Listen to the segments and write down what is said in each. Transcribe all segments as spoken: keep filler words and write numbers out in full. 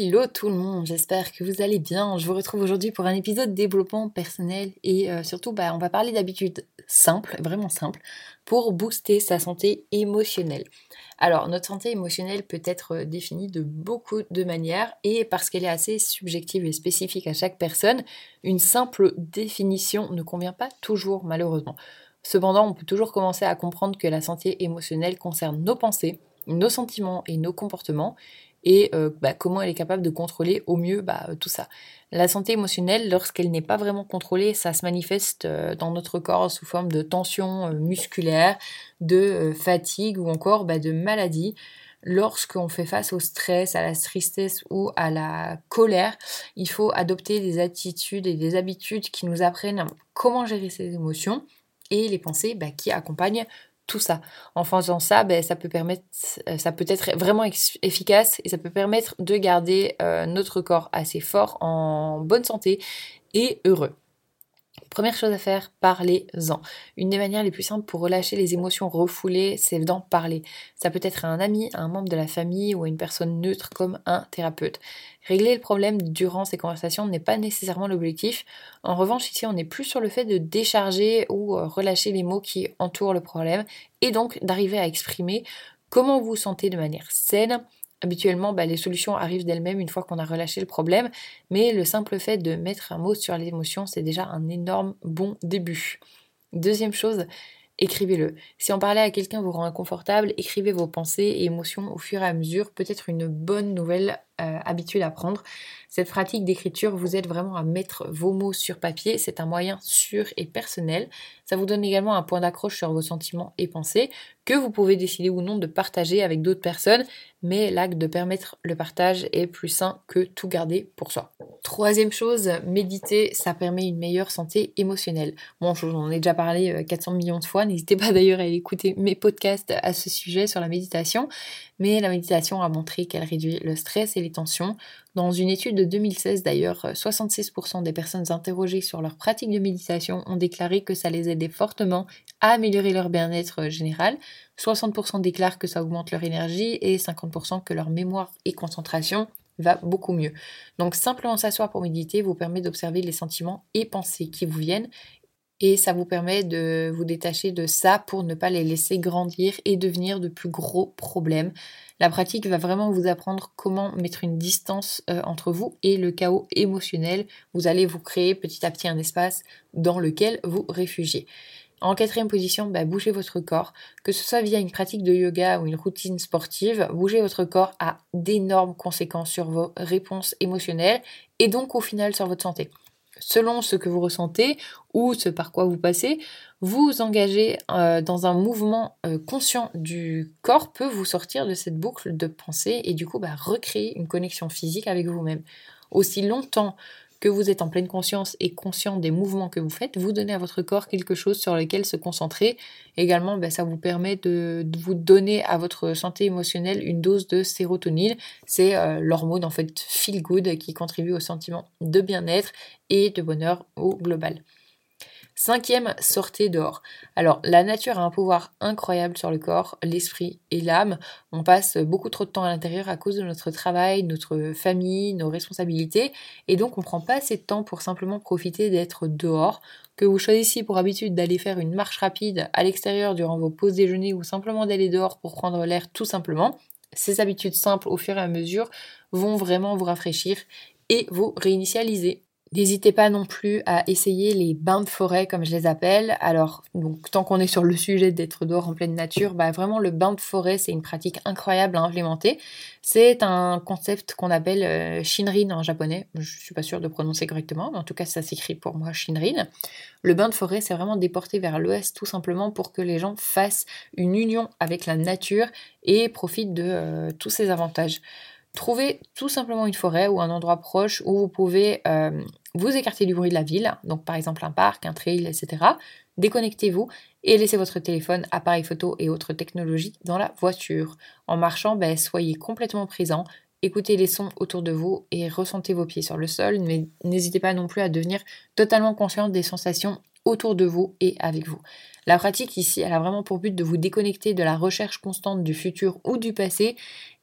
Hello tout le monde, j'espère que vous allez bien. Je vous retrouve aujourd'hui pour un épisode développement personnel et euh, surtout bah, on va parler d'habitudes simples, vraiment simples, pour booster sa santé émotionnelle. Alors notre santé émotionnelle peut être définie de beaucoup de manières et parce qu'elle est assez subjective et spécifique à chaque personne, une simple définition ne convient pas toujours malheureusement. Cependant, on peut toujours commencer à comprendre que la santé émotionnelle concerne nos pensées, nos sentiments et nos comportements et euh, bah, comment elle est capable de contrôler au mieux bah, euh, tout ça. La santé émotionnelle, lorsqu'elle n'est pas vraiment contrôlée, ça se manifeste euh, dans notre corps sous forme de tension euh, musculaire, de euh, fatigue ou encore bah, de maladie. Lorsqu'on fait face au stress, à la tristesse ou à la colère, il faut adopter des attitudes et des habitudes qui nous apprennent comment gérer ces émotions et les pensées bah, qui accompagnent tout ça. En faisant ça, ben, ça peut permettre, ça peut être vraiment ex- efficace et ça peut permettre de garder euh, notre corps assez fort, en bonne santé et heureux. Première chose à faire, parlez-en. Une des manières les plus simples pour relâcher les émotions refoulées, c'est d'en parler. Ça peut être à un ami, à un membre de la famille ou à une personne neutre comme un thérapeute. Régler le problème durant ces conversations n'est pas nécessairement l'objectif. En revanche, ici, on est plus sur le fait de décharger ou relâcher les mots qui entourent le problème et donc d'arriver à exprimer comment vous vous sentez de manière saine. Habituellement, bah, les solutions arrivent d'elles-mêmes une fois qu'on a relâché le problème, mais le simple fait de mettre un mot sur l'émotion, c'est déjà un énorme bon début. Deuxième chose, écrivez-le. Si en parler à quelqu'un vous rend inconfortable, écrivez vos pensées et émotions au fur et à mesure, peut-être une bonne nouvelle euh, habitude à prendre. Cette pratique d'écriture vous aide vraiment à mettre vos mots sur papier, c'est un moyen sûr et personnel. Ça vous donne également un point d'accroche sur vos sentiments et pensées que vous pouvez décider ou non de partager avec d'autres personnes, mais l'acte de permettre le partage est plus sain que tout garder pour soi. Troisième chose, méditer, ça permet une meilleure santé émotionnelle. Bon, je vous en ai déjà parlé quatre cents millions de fois, n'hésitez pas d'ailleurs à écouter mes podcasts à ce sujet sur la méditation, mais la méditation a montré qu'elle réduit le stress et les tensions. Dans une étude de deux mille seize d'ailleurs, soixante-six pour cent des personnes interrogées sur leur pratique de méditation ont déclaré que ça les aidait fortement à améliorer leur bien-être général. soixante pour cent déclarent que ça augmente leur énergie et cinquante pour cent que leur mémoire et concentration va beaucoup mieux. Donc simplement s'asseoir pour méditer vous permet d'observer les sentiments et pensées qui vous viennent et ça vous permet de vous détacher de ça pour ne pas les laisser grandir et devenir de plus gros problèmes. La pratique va vraiment vous apprendre comment mettre une distance euh, entre vous et le chaos émotionnel. Vous allez vous créer petit à petit un espace dans lequel vous réfugiez. En quatrième position, bah, bougez votre corps. Que ce soit via une pratique de yoga ou une routine sportive, bouger votre corps a d'énormes conséquences sur vos réponses émotionnelles et donc au final sur votre santé. Selon ce que vous ressentez ou ce par quoi vous passez, vous engagez euh, dans un mouvement euh, conscient du corps peut vous sortir de cette boucle de pensée et du coup bah, recréer une connexion physique avec vous-même. Aussi longtemps que vous êtes en pleine conscience et conscient des mouvements que vous faites, vous donnez à votre corps quelque chose sur lequel se concentrer. Également, ben, ça vous permet de, de vous donner à votre santé émotionnelle une dose de sérotonine. C'est euh, l'hormone en fait feel good qui contribue au sentiment de bien-être et de bonheur au global. Cinquième, sortez dehors. Alors, la nature a un pouvoir incroyable sur le corps, l'esprit et l'âme. On passe beaucoup trop de temps à l'intérieur à cause de notre travail, notre famille, nos responsabilités. Et donc, on ne prend pas assez de temps pour simplement profiter d'être dehors. Que vous choisissiez pour habitude d'aller faire une marche rapide à l'extérieur durant vos pauses déjeuner ou simplement d'aller dehors pour prendre l'air tout simplement, ces habitudes simples au fur et à mesure vont vraiment vous rafraîchir et vous réinitialiser. N'hésitez pas non plus à essayer les bains de forêt comme je les appelle. Alors, donc, tant qu'on est sur le sujet d'être dehors en pleine nature, bah vraiment le bain de forêt c'est une pratique incroyable à implémenter. C'est un concept qu'on appelle euh, Shinrin en japonais. Je suis pas sûre de prononcer correctement, mais en tout cas ça s'écrit pour moi Shinrin. Le bain de forêt c'est vraiment déporter vers l'ouest tout simplement pour que les gens fassent une union avec la nature et profitent de euh, tous ses avantages. Trouvez tout simplement une forêt ou un endroit proche où vous pouvez euh, vous écarter du bruit de la ville, donc par exemple un parc, un trail, et cetera. Déconnectez-vous et laissez votre téléphone, appareil photo et autres technologies dans la voiture. En marchant, ben, soyez complètement présent, écoutez les sons autour de vous et ressentez vos pieds sur le sol, mais n'hésitez pas non plus à devenir totalement conscient des sensations autour de vous et avec vous. La pratique ici, elle a vraiment pour but de vous déconnecter de la recherche constante du futur ou du passé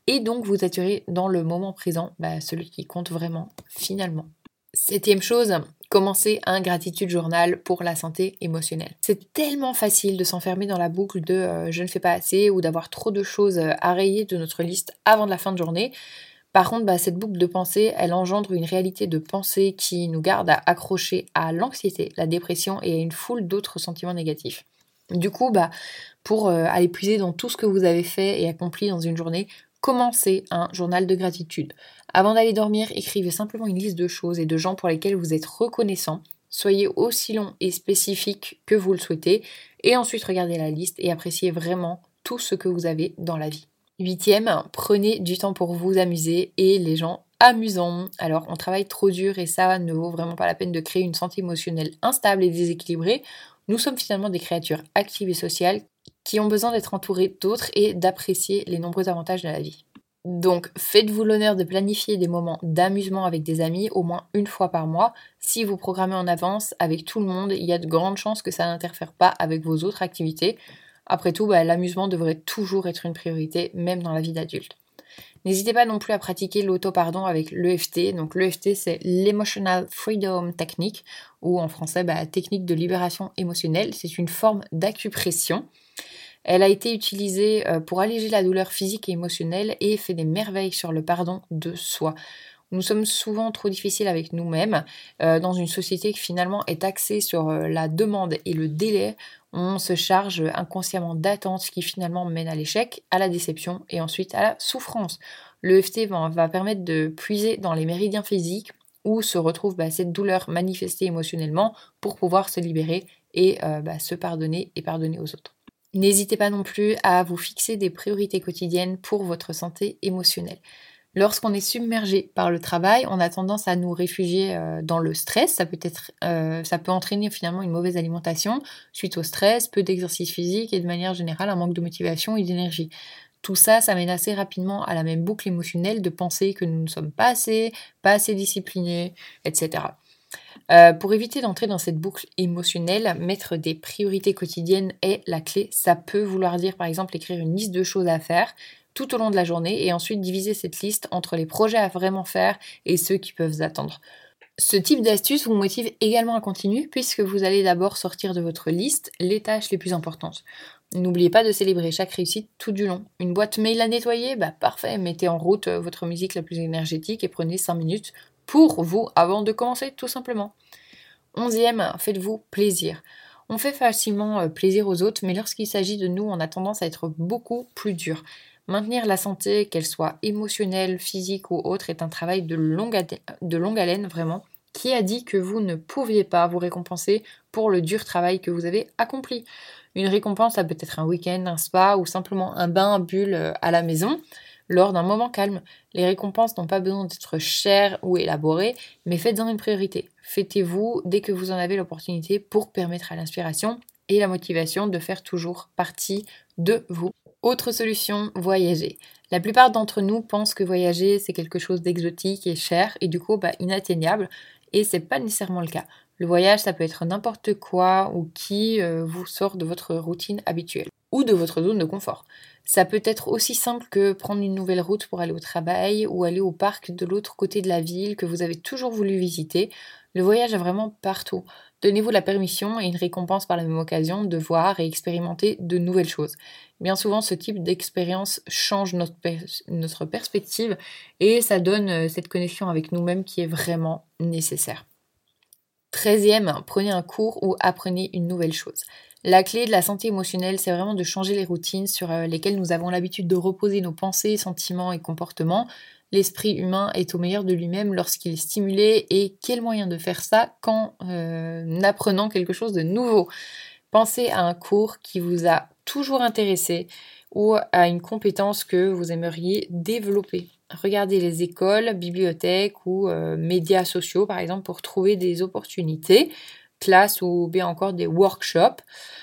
et donc vous attirer dans le moment présent, bah, celui qui compte vraiment finalement. Septième chose, commencez un gratitude journal pour la santé émotionnelle. C'est tellement facile de s'enfermer dans la boucle de euh, je ne fais pas assez ou d'avoir trop de choses à rayer de notre liste avant de la fin de journée. Par contre, bah, cette boucle de pensée, elle engendre une réalité de pensée qui nous garde à accrocher à l'anxiété, la dépression et à une foule d'autres sentiments négatifs. Du coup, bah, pour euh, aller puiser dans tout ce que vous avez fait et accompli dans une journée, commencez un journal de gratitude. Avant d'aller dormir, écrivez simplement une liste de choses et de gens pour lesquels vous êtes reconnaissant. Soyez aussi long et spécifique que vous le souhaitez. Et ensuite, regardez la liste et appréciez vraiment tout ce que vous avez dans la vie. Huitième, prenez du temps pour vous amuser et les gens amusants. Alors, on travaille trop dur et ça ne vaut vraiment pas la peine de créer une santé émotionnelle instable et déséquilibrée. Nous sommes finalement des créatures actives et sociales qui ont besoin d'être entourées d'autres et d'apprécier les nombreux avantages de la vie. Donc, faites-vous l'honneur de planifier des moments d'amusement avec des amis au moins une fois par mois. Si vous programmez en avance avec tout le monde, il y a de grandes chances que ça n'interfère pas avec vos autres activités. Après tout, bah, l'amusement devrait toujours être une priorité, même dans la vie d'adulte. N'hésitez pas non plus à pratiquer l'auto-pardon avec l'E F T. Donc l'E F T, c'est l'Emotional Freedom Technique, ou en français, bah, technique de libération émotionnelle. C'est une forme d'acupression. Elle a été utilisée pour alléger la douleur physique et émotionnelle et fait des merveilles sur le pardon de soi. Nous sommes souvent trop difficiles avec nous-mêmes. Euh, dans une société qui finalement est axée sur euh, la demande et le délai, on se charge inconsciemment d'attentes qui finalement mènent à l'échec, à la déception et ensuite à la souffrance. L'E F T va, va permettre de puiser dans les méridiens physiques où se retrouve bah, cette douleur manifestée émotionnellement pour pouvoir se libérer et euh, bah, se pardonner et pardonner aux autres. N'hésitez pas non plus à vous fixer des priorités quotidiennes pour votre santé émotionnelle. Lorsqu'on est submergé par le travail, on a tendance à nous réfugier euh, dans le stress. Ça peut être, euh, ça peut entraîner finalement une mauvaise alimentation suite au stress, peu d'exercice physique et de manière générale un manque de motivation et d'énergie. Tout ça, ça mène assez rapidement à la même boucle émotionnelle de penser que nous ne sommes pas assez, pas assez disciplinés, et cetera. Euh, pour éviter d'entrer dans cette boucle émotionnelle, mettre des priorités quotidiennes est la clé. Ça peut vouloir dire par exemple écrire une liste de choses à faire tout au long de la journée et ensuite diviser cette liste entre les projets à vraiment faire et ceux qui peuvent attendre. Ce type d'astuce vous motive également à continuer puisque vous allez d'abord sortir de votre liste les tâches les plus importantes. N'oubliez pas de célébrer chaque réussite tout du long. Une boîte mail à nettoyer, bah parfait, mettez en route votre musique la plus énergétique et prenez cinq minutes pour vous avant de commencer tout simplement. Onzième, faites-vous plaisir. On fait facilement plaisir aux autres, mais lorsqu'il s'agit de nous, on a tendance à être beaucoup plus dur. Maintenir la santé, qu'elle soit émotionnelle, physique ou autre, est un travail de longue, ad- de longue haleine, vraiment. Qui a dit que vous ne pouviez pas vous récompenser pour le dur travail que vous avez accompli ? Une récompense, ça peut être un week-end, un spa ou simplement un bain bulle à la maison lors d'un moment calme. Les récompenses n'ont pas besoin d'être chères ou élaborées, mais faites-en une priorité. Fêtez-vous dès que vous en avez l'opportunité pour permettre à l'inspiration et la motivation de faire toujours partie de vous. Autre solution, voyager. La plupart d'entre nous pensent que voyager, c'est quelque chose d'exotique et cher et du coup bah, inatteignable, et c'est pas nécessairement le cas. Le voyage, ça peut être n'importe quoi ou qui euh, vous sort de votre routine habituelle ou de votre zone de confort. Ça peut être aussi simple que prendre une nouvelle route pour aller au travail ou aller au parc de l'autre côté de la ville que vous avez toujours voulu visiter. Le voyage est vraiment partout. Donnez-vous la permission et une récompense par la même occasion de voir et expérimenter de nouvelles choses. Bien souvent, ce type d'expérience change notre, pers- notre perspective et ça donne cette connexion avec nous-mêmes qui est vraiment nécessaire. Treizième, prenez un cours ou apprenez une nouvelle chose. La clé de la santé émotionnelle, c'est vraiment de changer les routines sur lesquelles nous avons l'habitude de reposer nos pensées, sentiments et comportements. L'esprit humain est au meilleur de lui-même lorsqu'il est stimulé et quel moyen de faire ça qu'en euh, apprenant quelque chose de nouveau. Pensez à un cours qui vous a toujours intéressé ou à une compétence que vous aimeriez développer. Regardez les écoles, bibliothèques ou euh, médias sociaux par exemple pour trouver des opportunités, classes ou bien encore des workshops.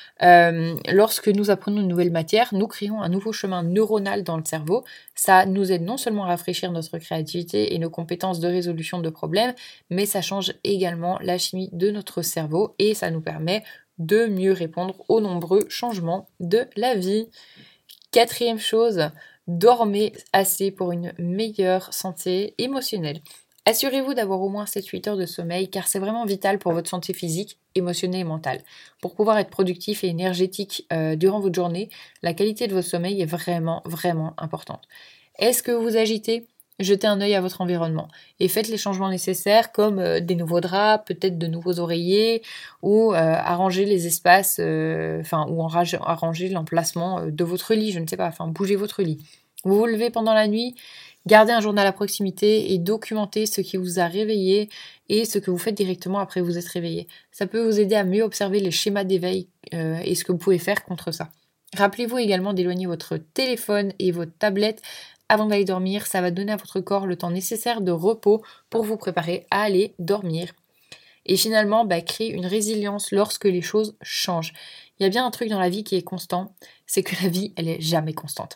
Euh, lorsque nous apprenons une nouvelle matière, nous créons un nouveau chemin neuronal dans le cerveau. Ça nous aide non seulement à rafraîchir notre créativité et nos compétences de résolution de problèmes, mais ça change également la chimie de notre cerveau et ça nous permet de mieux répondre aux nombreux changements de la vie. Quatrième chose, dormez assez pour une meilleure santé émotionnelle. Assurez-vous d'avoir au moins sept à huit heures de sommeil car c'est vraiment vital pour votre santé physique, émotionnelle et mentale. Pour pouvoir être productif et énergétique euh, durant votre journée, la qualité de votre sommeil est vraiment, vraiment importante. Est-ce que vous vous agitez ? Jetez un œil à votre environnement et faites les changements nécessaires comme euh, des nouveaux draps, peut-être de nouveaux oreillers ou euh, arranger les espaces, euh, enfin ou enrage- arranger l'emplacement euh, de votre lit, je ne sais pas, enfin bougez votre lit. Vous vous levez pendant la nuit, gardez un journal à proximité et documentez ce qui vous a réveillé et ce que vous faites directement après vous être réveillé. Ça peut vous aider à mieux observer les schémas d'éveil euh, et ce que vous pouvez faire contre ça. Rappelez-vous également d'éloigner votre téléphone et votre tablette avant d'aller dormir. Ça va donner à votre corps le temps nécessaire de repos pour vous préparer à aller dormir. Et finalement, bah, créer une résilience lorsque les choses changent. Il y a bien un truc dans la vie qui est constant, c'est que la vie, elle est jamais constante.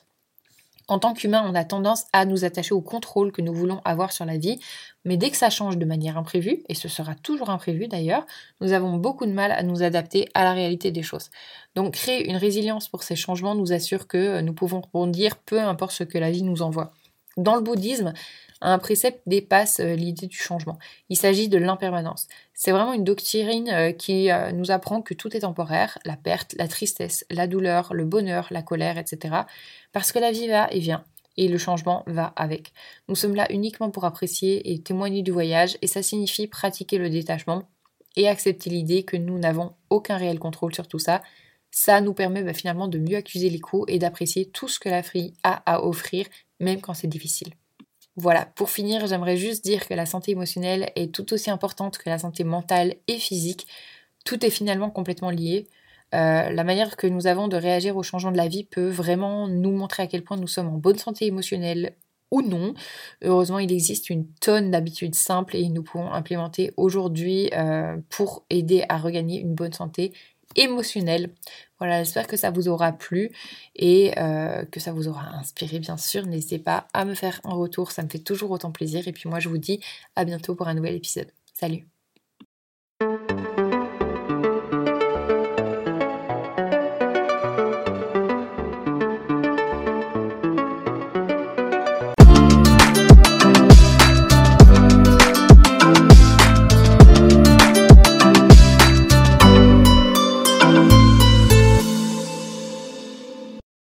En tant qu'humain, on a tendance à nous attacher au contrôle que nous voulons avoir sur la vie, mais dès que ça change de manière imprévue, et ce sera toujours imprévu d'ailleurs, nous avons beaucoup de mal à nous adapter à la réalité des choses. Donc créer une résilience pour ces changements nous assure que nous pouvons rebondir peu importe ce que la vie nous envoie. Dans le bouddhisme, un précepte dépasse l'idée du changement. Il s'agit de l'impermanence. C'est vraiment une doctrine qui nous apprend que tout est temporaire, la perte, la tristesse, la douleur, le bonheur, la colère, et cetera. Parce que la vie va et vient, et le changement va avec. Nous sommes là uniquement pour apprécier et témoigner du voyage, et ça signifie pratiquer le détachement et accepter l'idée que nous n'avons aucun réel contrôle sur tout ça. Ça nous permet bah, finalement de mieux accuser les coups et d'apprécier tout ce que la vie a à offrir, même quand c'est difficile. Voilà, pour finir, j'aimerais juste dire que la santé émotionnelle est tout aussi importante que la santé mentale et physique. Tout est finalement complètement lié. Euh, la manière que nous avons de réagir aux changements de la vie peut vraiment nous montrer à quel point nous sommes en bonne santé émotionnelle ou non. Heureusement, il existe une tonne d'habitudes simples et nous pouvons implémenter aujourd'hui euh, pour aider à regagner une bonne santé émotionnelle. Voilà, j'espère que ça vous aura plu et euh, que ça vous aura inspiré bien sûr. N'hésitez pas à me faire un retour, ça me fait toujours autant plaisir. Et puis moi je vous dis à bientôt pour un nouvel épisode. Salut!